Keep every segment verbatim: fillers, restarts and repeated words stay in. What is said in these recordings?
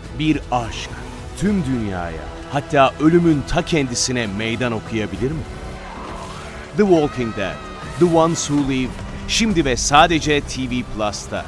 Bir aşk tüm dünyaya, hatta ölümün ta kendisine meydan okuyabilir mi? The Walking Dead, The Ones Who Live, şimdi ve sadece T V Plus'ta.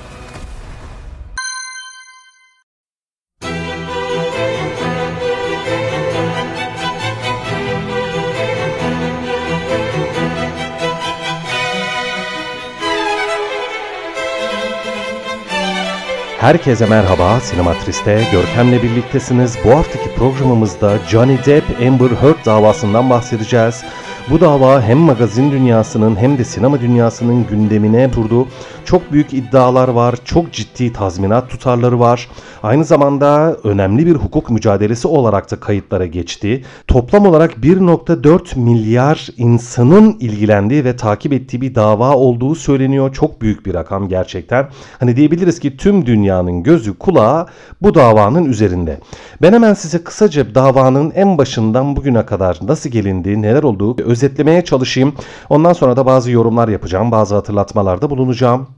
Herkese merhaba, Sinematris'te Görkem'le birliktesiniz. Bu haftaki programımızda Johnny Depp Amber Heard davasından bahsedeceğiz. Bu dava hem magazin dünyasının hem de sinema dünyasının gündemine oturdu. Çok büyük iddialar var, çok ciddi tazminat tutarları var. Aynı zamanda önemli bir hukuk mücadelesi olarak da kayıtlara geçti. Toplam olarak bir nokta dört milyar insanın ilgilendiği ve takip ettiği bir dava olduğu söyleniyor. Çok büyük bir rakam gerçekten. Hani diyebiliriz ki tüm dünyanın gözü kulağı bu davanın üzerinde. Ben hemen size kısaca davanın en başından bugüne kadar nasıl gelindiği, neler olduğu özetlemeye çalışayım. Ondan sonra da bazı yorumlar yapacağım, bazı hatırlatmalarda bulunacağım.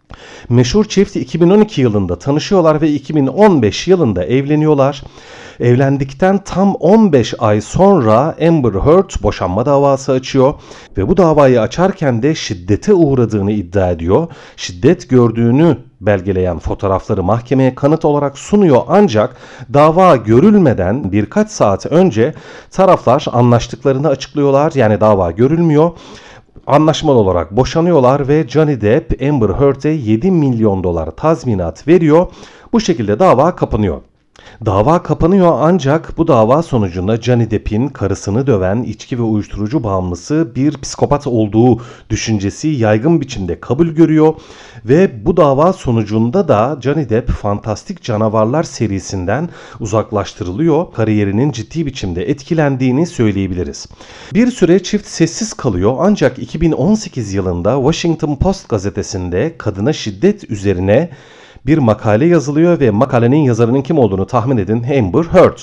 Meşhur çift iki bin on iki yılında tanışıyorlar ve iki bin on beş yılında evleniyorlar. Evlendikten tam on beş ay sonra Amber Heard boşanma davası açıyor ve bu davayı açarken de şiddete uğradığını iddia ediyor. Şiddet gördüğünü belgeleyen fotoğrafları mahkemeye kanıt olarak sunuyor, ancak dava görülmeden birkaç saat önce taraflar anlaştıklarını açıklıyorlar. Yani dava görülmüyor. Anlaşmalı olarak boşanıyorlar ve Johnny Depp Amber Heard'e yedi milyon dolar tazminat veriyor. Bu şekilde dava kapanıyor. Dava kapanıyor, ancak bu dava sonucunda Johnny Depp'in karısını döven içki ve uyuşturucu bağımlısı bir psikopat olduğu düşüncesi yaygın biçimde kabul görüyor ve bu dava sonucunda da Johnny Depp Fantastik Canavarlar serisinden uzaklaştırılıyor. Kariyerinin ciddi biçimde etkilendiğini söyleyebiliriz. Bir süre çift sessiz kalıyor, ancak iki bin on sekiz yılında Washington Post gazetesinde kadına şiddet üzerine bir makale yazılıyor ve makalenin yazarının kim olduğunu tahmin edin: Amber Heard.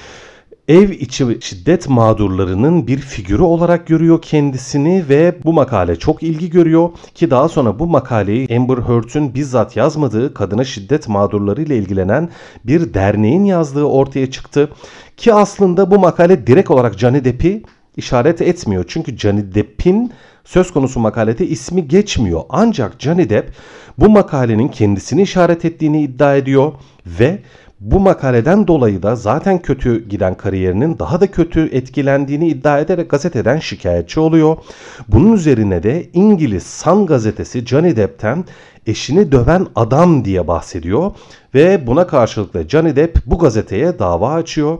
Ev içi şiddet mağdurlarının bir figürü olarak görüyor kendisini ve bu makale çok ilgi görüyor ki daha sonra bu makaleyi Amber Heard'ün bizzat yazmadığı, kadına şiddet mağdurları ile ilgilenen bir derneğin yazdığı ortaya çıktı. Ki aslında bu makale direkt olarak Johnny Depp'i işaret etmiyor. Çünkü Johnny Depp'in söz konusu makalede ismi geçmiyor. Ancak Johnny Depp bu makalenin kendisini işaret ettiğini iddia ediyor ve bu makaleden dolayı da zaten kötü giden kariyerinin daha da kötü etkilendiğini iddia ederek gazeteden şikayetçi oluyor. Bunun üzerine de İngiliz Sun gazetesi Johnny Depp'ten eşini döven adam diye bahsediyor ve buna karşılık da Johnny Depp bu gazeteye dava açıyor.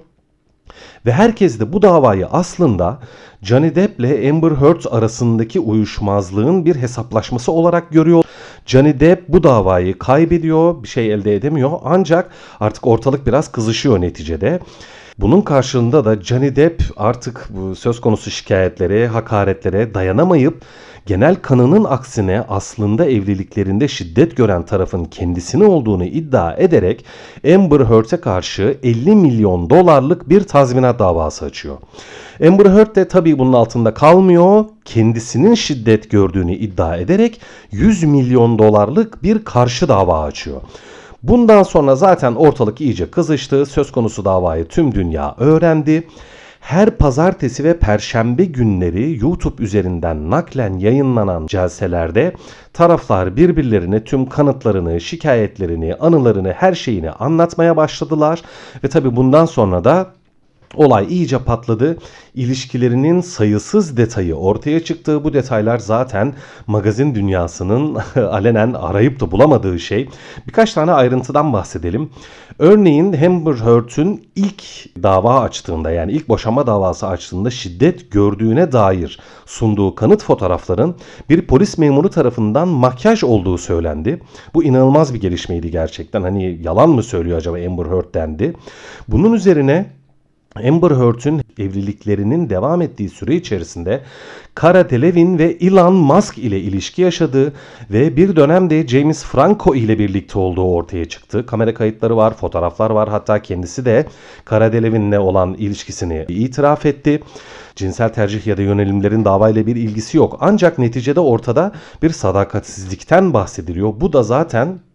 Ve herkes de bu davayı aslında Johnny Depp ile Amber Heard arasındaki uyuşmazlığın bir hesaplaşması olarak görüyor. Johnny Depp bu davayı kaybediyor, bir şey elde edemiyor, ancak artık ortalık biraz kızışıyor neticede. Bunun karşılığında da Johnny Depp artık bu söz konusu şikayetlere, hakaretlere dayanamayıp genel kanının aksine aslında evliliklerinde şiddet gören tarafın kendisini olduğunu iddia ederek Amber Heard'e karşı elli milyon dolarlık bir tazminat davası açıyor. Amber Heard de tabii bunun altında kalmıyor. Kendisinin şiddet gördüğünü iddia ederek yüz milyon dolarlık bir karşı dava açıyor. Bundan sonra zaten ortalık iyice kızıştı. Söz konusu davayı tüm dünya öğrendi. Her pazartesi ve perşembe günleri YouTube üzerinden naklen yayınlanan celselerde taraflar birbirlerine tüm kanıtlarını, şikayetlerini, anılarını, her şeyini anlatmaya başladılar. Ve tabii bundan sonra da olay iyice patladı. İlişkilerinin sayısız detayı ortaya çıktı. Bu detaylar zaten magazin dünyasının alenen arayıp da bulamadığı şey. Birkaç tane ayrıntıdan bahsedelim. Örneğin Amber Heard'ün ilk dava açtığında, yani ilk boşanma davası açtığında şiddet gördüğüne dair sunduğu kanıt fotoğrafların bir polis memuru tarafından makyaj olduğu söylendi. Bu inanılmaz bir gelişmeydi gerçekten. Hani yalan mı söylüyor acaba Amber Heard dendi. Bunun üzerine Amber Heard'ün evliliklerinin devam ettiği süre içerisinde Cara Delevingne ve Elon Musk ile ilişki yaşadığı ve bir dönemde James Franco ile birlikte olduğu ortaya çıktı. Kamera kayıtları var, fotoğraflar var. Hatta kendisi de Cara Delevingne'le olan ilişkisini itiraf etti. Cinsel tercih ya da yönelimlerin davayla bir ilgisi yok. Ancak neticede ortada bir sadakatsizlikten bahsediliyor. Bu da zaten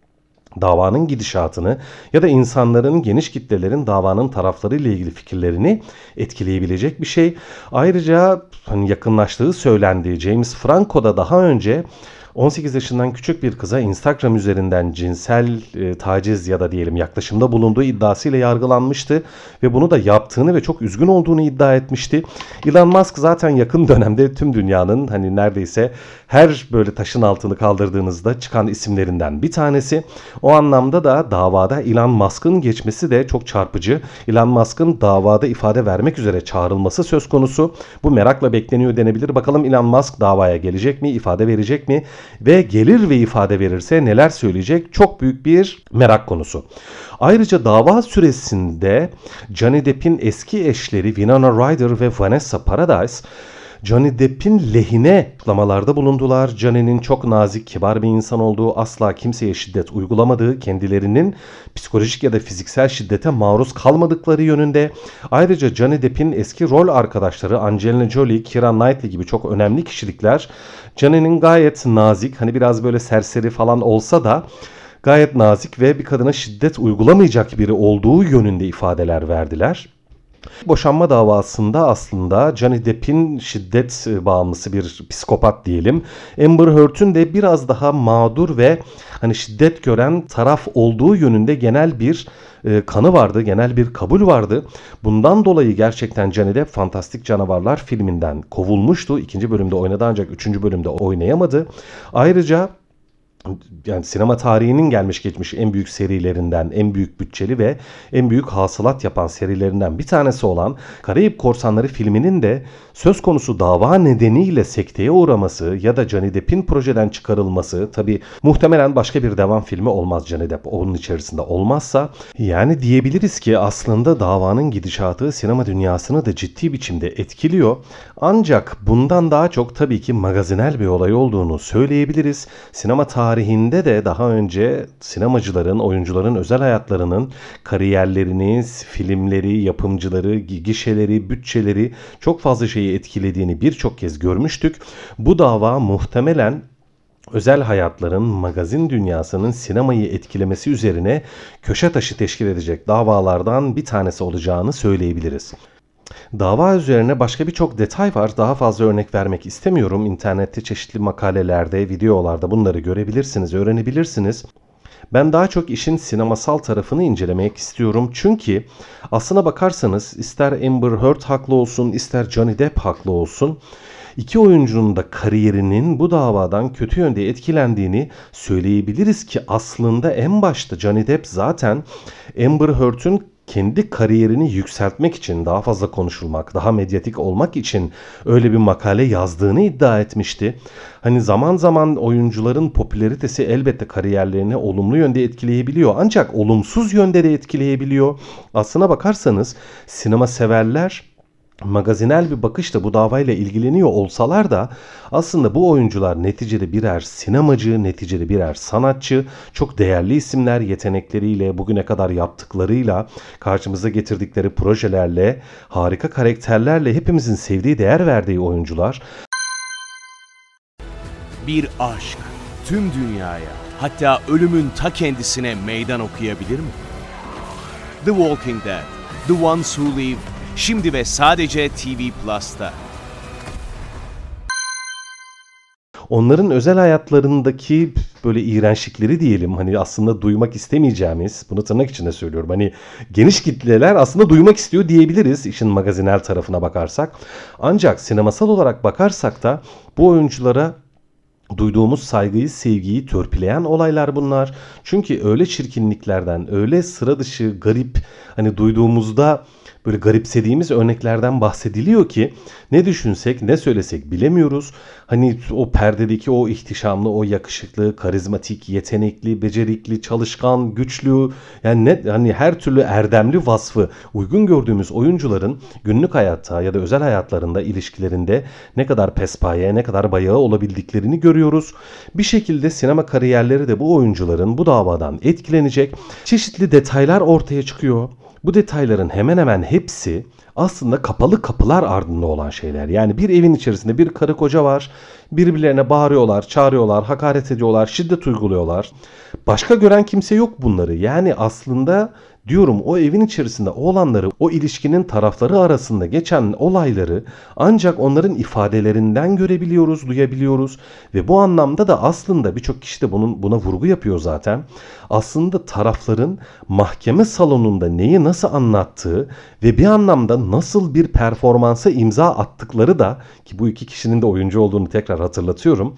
davanın gidişatını ya da insanların, geniş kitlelerin davanın tarafları ile ilgili fikirlerini etkileyebilecek bir şey. Ayrıca hani yakınlaştığı söylendiği James Franco da daha önce on sekiz yaşından küçük bir kıza Instagram üzerinden cinsel e, taciz ya da diyelim yaklaşımda bulunduğu iddiasıyla yargılanmıştı ve bunu da yaptığını ve çok üzgün olduğunu iddia etmişti. Elon Musk zaten yakın dönemde tüm dünyanın hani neredeyse her böyle taşın altını kaldırdığınızda çıkan isimlerinden bir tanesi. O anlamda da davada Elon Musk'ın geçmesi de çok çarpıcı. Elon Musk'ın davada ifade vermek üzere çağrılması söz konusu. Bu merakla bekleniyor denebilir. Bakalım Elon Musk davaya gelecek mi, ifade verecek mi? Ve gelir ve ifade verirse neler söyleyecek? Çok büyük bir merak konusu. Ayrıca dava süresinde Johnny Depp'in eski eşleri Winona Ryder ve Vanessa Paradis Johnny Depp'in lehine açıklamalarda bulundular. Johnny'nin çok nazik, kibar bir insan olduğu, asla kimseye şiddet uygulamadığı, kendilerinin psikolojik ya da fiziksel şiddete maruz kalmadıkları yönünde. Ayrıca Johnny Depp'in eski rol arkadaşları Angelina Jolie, Keira Knightley gibi çok önemli kişilikler Johnny'nin gayet nazik, hani biraz böyle serseri falan olsa da gayet nazik ve bir kadına şiddet uygulamayacak biri olduğu yönünde ifadeler verdiler. Boşanma davasında aslında Johnny Depp'in şiddet bağımlısı bir psikopat diyelim. Amber Heard'ün de biraz daha mağdur ve hani şiddet gören taraf olduğu yönünde genel bir e, kanı vardı, genel bir kabul vardı. Bundan dolayı gerçekten Johnny Depp Fantastik Canavarlar filminden kovulmuştu. İkinci bölümde oynadı ancak üçüncü bölümde oynayamadı. Ayrıca yani sinema tarihinin gelmiş geçmiş en büyük serilerinden, en büyük bütçeli ve en büyük hasılat yapan serilerinden bir tanesi olan Karayip Korsanları filminin de söz konusu dava nedeniyle sekteye uğraması ya da Johnny Depp'in projeden çıkarılması, tabi muhtemelen başka bir devam filmi olmaz Johnny Depp onun içerisinde olmazsa, yani diyebiliriz ki aslında davanın gidişatı sinema dünyasını da ciddi biçimde etkiliyor. Ancak bundan daha çok tabii ki magazinel bir olay olduğunu söyleyebiliriz. Sinema tarihinde de daha önce sinemacıların, oyuncuların özel hayatlarının kariyerlerini, filmleri, yapımcıları, gişeleri, bütçeleri çok fazla şeyi etkilediğini birçok kez görmüştük. Bu dava muhtemelen özel hayatların, magazin dünyasının sinemayı etkilemesi üzerine köşe taşı teşkil edecek davalardan bir tanesi olacağını söyleyebiliriz. Dava üzerine başka birçok detay var. Daha fazla örnek vermek istemiyorum. İnternette çeşitli makalelerde, videolarda bunları görebilirsiniz, öğrenebilirsiniz. Ben daha çok işin sinemasal tarafını incelemek istiyorum. Çünkü aslına bakarsanız ister Amber Heard haklı olsun, ister Johnny Depp haklı olsun, İki oyuncunun da kariyerinin bu davadan kötü yönde etkilendiğini söyleyebiliriz ki aslında en başta Johnny Depp zaten Amber Heard'ün kendi kariyerini yükseltmek için, daha fazla konuşulmak, daha medyatik olmak için öyle bir makale yazdığını iddia etmişti. Hani zaman zaman oyuncuların popülaritesi elbette kariyerlerini olumlu yönde etkileyebiliyor. Ancak olumsuz yönde de etkileyebiliyor. Aslına bakarsanız sinema severler magazinel bir bakışla bu davayla ilgileniyor olsalar da aslında bu oyuncular neticede birer sinemacı, neticede birer sanatçı, çok değerli isimler, yetenekleriyle, bugüne kadar yaptıklarıyla, karşımıza getirdikleri projelerle, harika karakterlerle hepimizin sevdiği, değer verdiği oyuncular. Bir aşk tüm dünyaya, hatta ölümün ta kendisine meydan okuyabilir mi? The Walking Dead, The Ones Who Live, şimdi ve sadece T V Plus'ta. Onların özel hayatlarındaki böyle iğrençlikleri diyelim, hani aslında duymak istemeyeceğimiz, bunu tırnak içinde söylüyorum, hani geniş kitleler aslında duymak istiyor diyebiliriz işin magazinel tarafına bakarsak. Ancak sinemasal olarak bakarsak da bu oyunculara duyduğumuz saygıyı, sevgiyi törpüleyen olaylar bunlar. Çünkü öyle çirkinliklerden, öyle sıra dışı, garip, hani duyduğumuzda böyle garipsediğimiz örneklerden bahsediliyor ki ne düşünsek, ne söylesek bilemiyoruz. Hani o perdedeki o ihtişamlı, o yakışıklı, karizmatik, yetenekli, becerikli, çalışkan, güçlü, yani ne, hani her türlü erdemli vasfı uygun gördüğümüz oyuncuların günlük hayatta ya da özel hayatlarında, ilişkilerinde ne kadar pespaye, ne kadar bayağı olabildiklerini görüyoruz. Bir şekilde sinema kariyerleri de bu oyuncuların bu davadan etkilenecek. Çeşitli detaylar ortaya çıkıyor. Bu detayların hemen hemen hepsi aslında kapalı kapılar ardında olan şeyler. Yani bir evin içerisinde bir karı koca var. Birbirlerine bağırıyorlar, çağırıyorlar, hakaret ediyorlar, şiddet uyguluyorlar. Başka gören kimse yok bunları. Yani aslında diyorum o evin içerisinde olanları, o ilişkinin tarafları arasında geçen olayları ancak onların ifadelerinden görebiliyoruz, duyabiliyoruz. Ve bu anlamda da aslında birçok kişi de bunun buna vurgu yapıyor zaten. Aslında tarafların mahkeme salonunda neyi nasıl anlattığı ve bir anlamda nasıl bir performansa imza attıkları da, ki bu iki kişinin de oyuncu olduğunu tekrar hatırlatıyorum,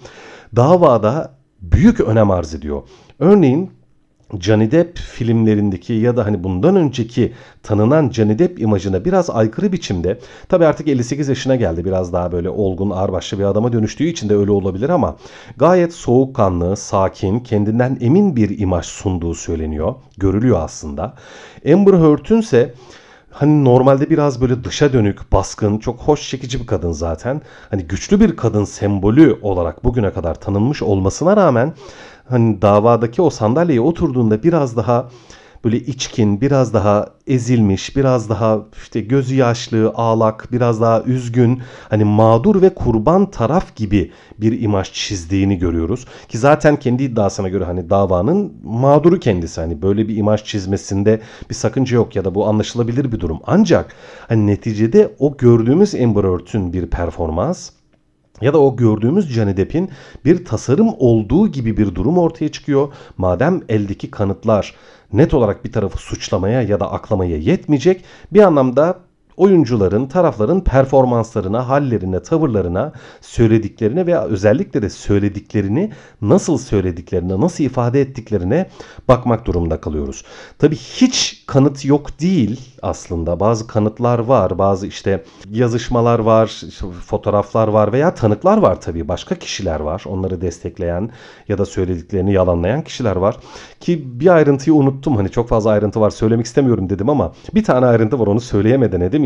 davada büyük önem arz ediyor. Örneğin Johnny Depp filmlerindeki ya da hani bundan önceki tanınan Johnny Depp imajına biraz aykırı biçimde, tabii artık elli sekiz yaşına geldi, biraz daha böyle olgun, ağırbaşlı bir adama dönüştüğü için de öyle olabilir ama gayet soğukkanlı, sakin, kendinden emin bir imaj sunduğu söyleniyor, görülüyor aslında. Amber Heard'ün ise hani normalde biraz böyle dışa dönük, baskın, çok hoş çekici bir kadın zaten. Hani güçlü bir kadın sembolü olarak bugüne kadar tanınmış olmasına rağmen hani davadaki o sandalyeye oturduğunda biraz daha böyle içkin, biraz daha ezilmiş, biraz daha işte gözü yaşlı, ağlak, biraz daha üzgün, hani mağdur ve kurban taraf gibi bir imaj çizdiğini görüyoruz. Ki zaten kendi iddiasına göre hani davanın mağduru kendisi, hani böyle bir imaj çizmesinde bir sakınca yok ya da bu anlaşılabilir bir durum. Ancak hani neticede o gördüğümüz Amber Heard'ün bir performans ya da o gördüğümüz Johnny Depp'in bir tasarım olduğu gibi bir durum ortaya çıkıyor. Madem eldeki kanıtlar net olarak bir tarafı suçlamaya ya da aklamaya yetmeyecek, bir anlamda oyuncuların, tarafların performanslarına, hallerine, tavırlarına, söylediklerine veya özellikle de söylediklerini nasıl söylediklerine, nasıl ifade ettiklerine bakmak durumunda kalıyoruz. Tabii hiç kanıt yok değil aslında. Bazı kanıtlar var, bazı işte yazışmalar var, işte fotoğraflar var veya tanıklar var tabii. Başka kişiler var, onları destekleyen ya da söylediklerini yalanlayan kişiler var. Ki bir ayrıntıyı unuttum, hani çok fazla ayrıntı var söylemek istemiyorum dedim ama bir tane ayrıntı var, onu söyleyemeden edemeyeceğim.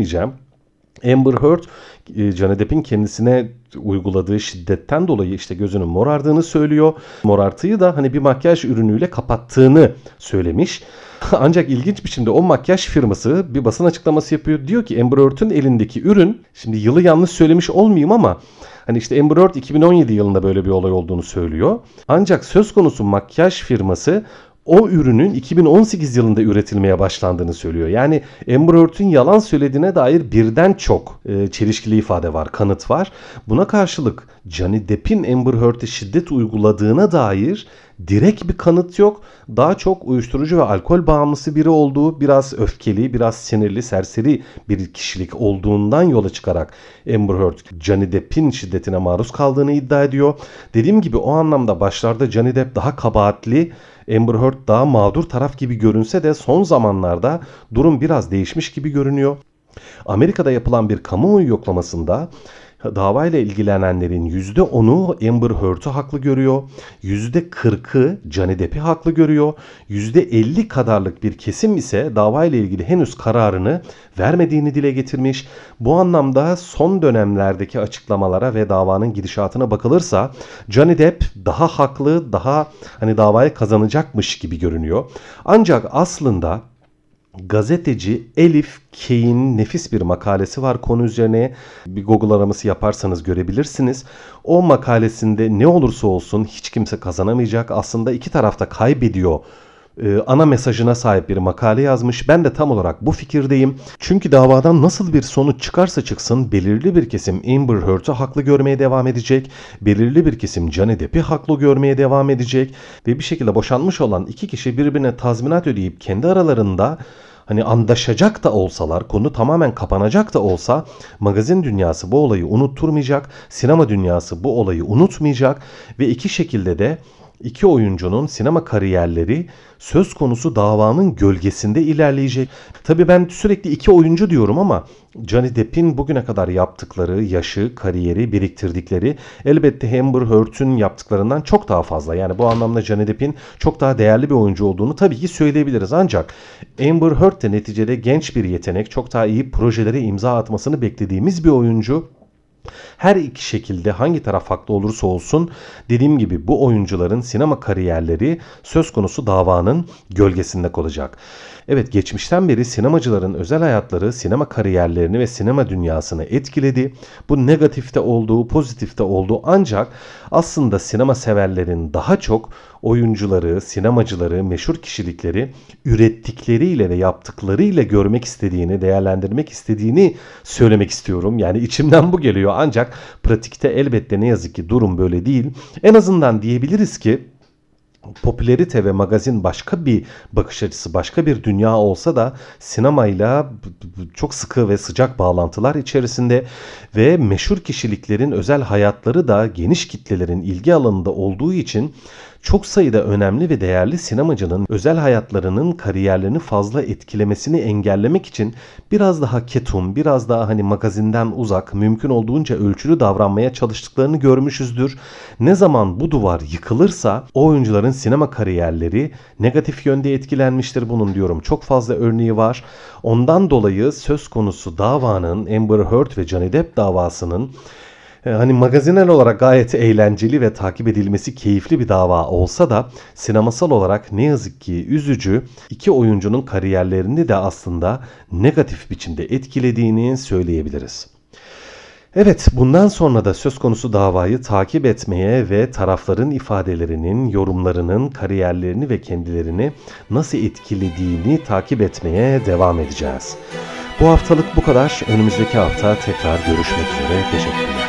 Amber Heard, Johnny Depp'in kendisine uyguladığı şiddetten dolayı işte gözünün morardığını söylüyor. Morartıyı da hani bir makyaj ürünüyle kapattığını söylemiş. Ancak ilginç biçimde o makyaj firması bir basın açıklaması yapıyor. Diyor ki Amber Heard'ün elindeki ürün, şimdi yılı yanlış söylemiş olmayayım ama hani işte Amber Heard iki bin on yedi yılında böyle bir olay olduğunu söylüyor. Ancak söz konusu makyaj firması o ürünün iki bin on sekiz yılında üretilmeye başlandığını söylüyor. Yani Amber Heard'ün yalan söylediğine dair birden çok e, çelişkili ifade var, kanıt var. Buna karşılık Johnny Depp'in Amber Heard'e şiddet uyguladığına dair direkt bir kanıt yok. Daha çok uyuşturucu ve alkol bağımlısı biri olduğu, biraz öfkeli, biraz sinirli, serseri bir kişilik olduğundan yola çıkarak Amber Heard Johnny Depp'in şiddetine maruz kaldığını iddia ediyor. Dediğim gibi o anlamda başlarda Johnny Depp daha kabahatli, Amber Heard daha mağdur taraf gibi görünse de son zamanlarda durum biraz değişmiş gibi görünüyor. Amerika'da yapılan bir kamuoyu yoklamasında davayla ilgilenenlerin yüzde onu Amber Heard'u haklı görüyor. yüzde kırkı Johnny Depp'i haklı görüyor. yüzde elli kadarlık bir kesim ise davayla ilgili henüz kararını vermediğini dile getirmiş. Bu anlamda son dönemlerdeki açıklamalara ve davanın gidişatına bakılırsa Johnny Depp daha haklı, daha hani davayı kazanacakmış gibi görünüyor. Ancak aslında gazeteci Elif Kay'in nefis bir makalesi var konu üzerine. Bir Google araması yaparsanız görebilirsiniz. O makalesinde ne olursa olsun hiç kimse kazanamayacak, aslında iki tarafta kaybediyor Ee, ana mesajına sahip bir makale yazmış. Ben de tam olarak bu fikirdeyim. Çünkü davadan nasıl bir sonuç çıkarsa çıksın belirli bir kesim Amber Heard'u haklı görmeye devam edecek. Belirli bir kesim Johnny Depp'i haklı görmeye devam edecek. Ve bir şekilde boşanmış olan iki kişi birbirine tazminat ödeyip kendi aralarında hani anlaşacak da olsalar, konu tamamen kapanacak da olsa magazin dünyası bu olayı unutturmayacak. Sinema dünyası bu olayı unutmayacak. Ve iki şekilde de İki oyuncunun sinema kariyerleri söz konusu davanın gölgesinde ilerleyecek. Tabii ben sürekli iki oyuncu diyorum ama Johnny Depp'in bugüne kadar yaptıkları, yaşı, kariyeri, biriktirdikleri elbette Amber Heard'ün yaptıklarından çok daha fazla. Yani bu anlamda Johnny Depp'in çok daha değerli bir oyuncu olduğunu tabii ki söyleyebiliriz. Ancak Amber Heard de neticede genç bir yetenek, çok daha iyi projelere imza atmasını beklediğimiz bir oyuncu. Her iki şekilde hangi taraf haklı olursa olsun dediğim gibi bu oyuncuların sinema kariyerleri söz konusu davanın gölgesinde kalacak. Evet, geçmişten beri sinemacıların özel hayatları sinema kariyerlerini ve sinema dünyasını etkiledi. Bu negatifte olduğu, pozitifte olduğu, ancak aslında sinema severlerin daha çok oyuncuları, sinemacıları, meşhur kişilikleri ürettikleriyle ve yaptıklarıyla görmek istediğini, değerlendirmek istediğini söylemek istiyorum. Yani içimden bu geliyor, ancak pratikte elbette ne yazık ki durum böyle değil. En azından diyebiliriz ki popülerite ve magazin başka bir bakış açısı, başka bir dünya olsa da sinemayla çok sıkı ve sıcak bağlantılar içerisinde ve meşhur kişiliklerin özel hayatları da geniş kitlelerin ilgi alanında olduğu için çok sayıda önemli ve değerli sinemacının özel hayatlarının kariyerlerini fazla etkilemesini engellemek için biraz daha ketum, biraz daha hani magazinden uzak, mümkün olduğunca ölçülü davranmaya çalıştıklarını görmüşüzdür. Ne zaman bu duvar yıkılırsa o oyuncuların sinema kariyerleri negatif yönde etkilenmiştir. Bunun diyorum çok fazla örneği var. Ondan dolayı söz konusu davanın, Amber Heard ve Johnny Depp davasının hani magazinel olarak gayet eğlenceli ve takip edilmesi keyifli bir dava olsa da sinemasal olarak ne yazık ki üzücü, iki oyuncunun kariyerlerini de aslında negatif biçimde etkilediğini söyleyebiliriz. Evet, bundan sonra da söz konusu davayı takip etmeye ve tarafların ifadelerinin, yorumlarının kariyerlerini ve kendilerini nasıl etkilediğini takip etmeye devam edeceğiz. Bu haftalık bu kadar. Önümüzdeki hafta tekrar görüşmek üzere. Teşekkürler.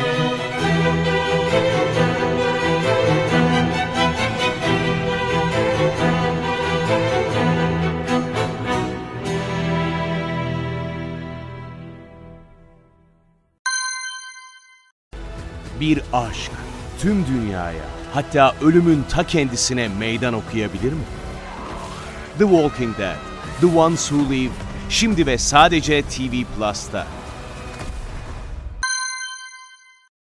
Bir aşk tüm dünyaya, hatta ölümün ta kendisine meydan okuyabilir mi? The Walking Dead, The Ones Who Live, şimdi ve sadece T V Plus'ta.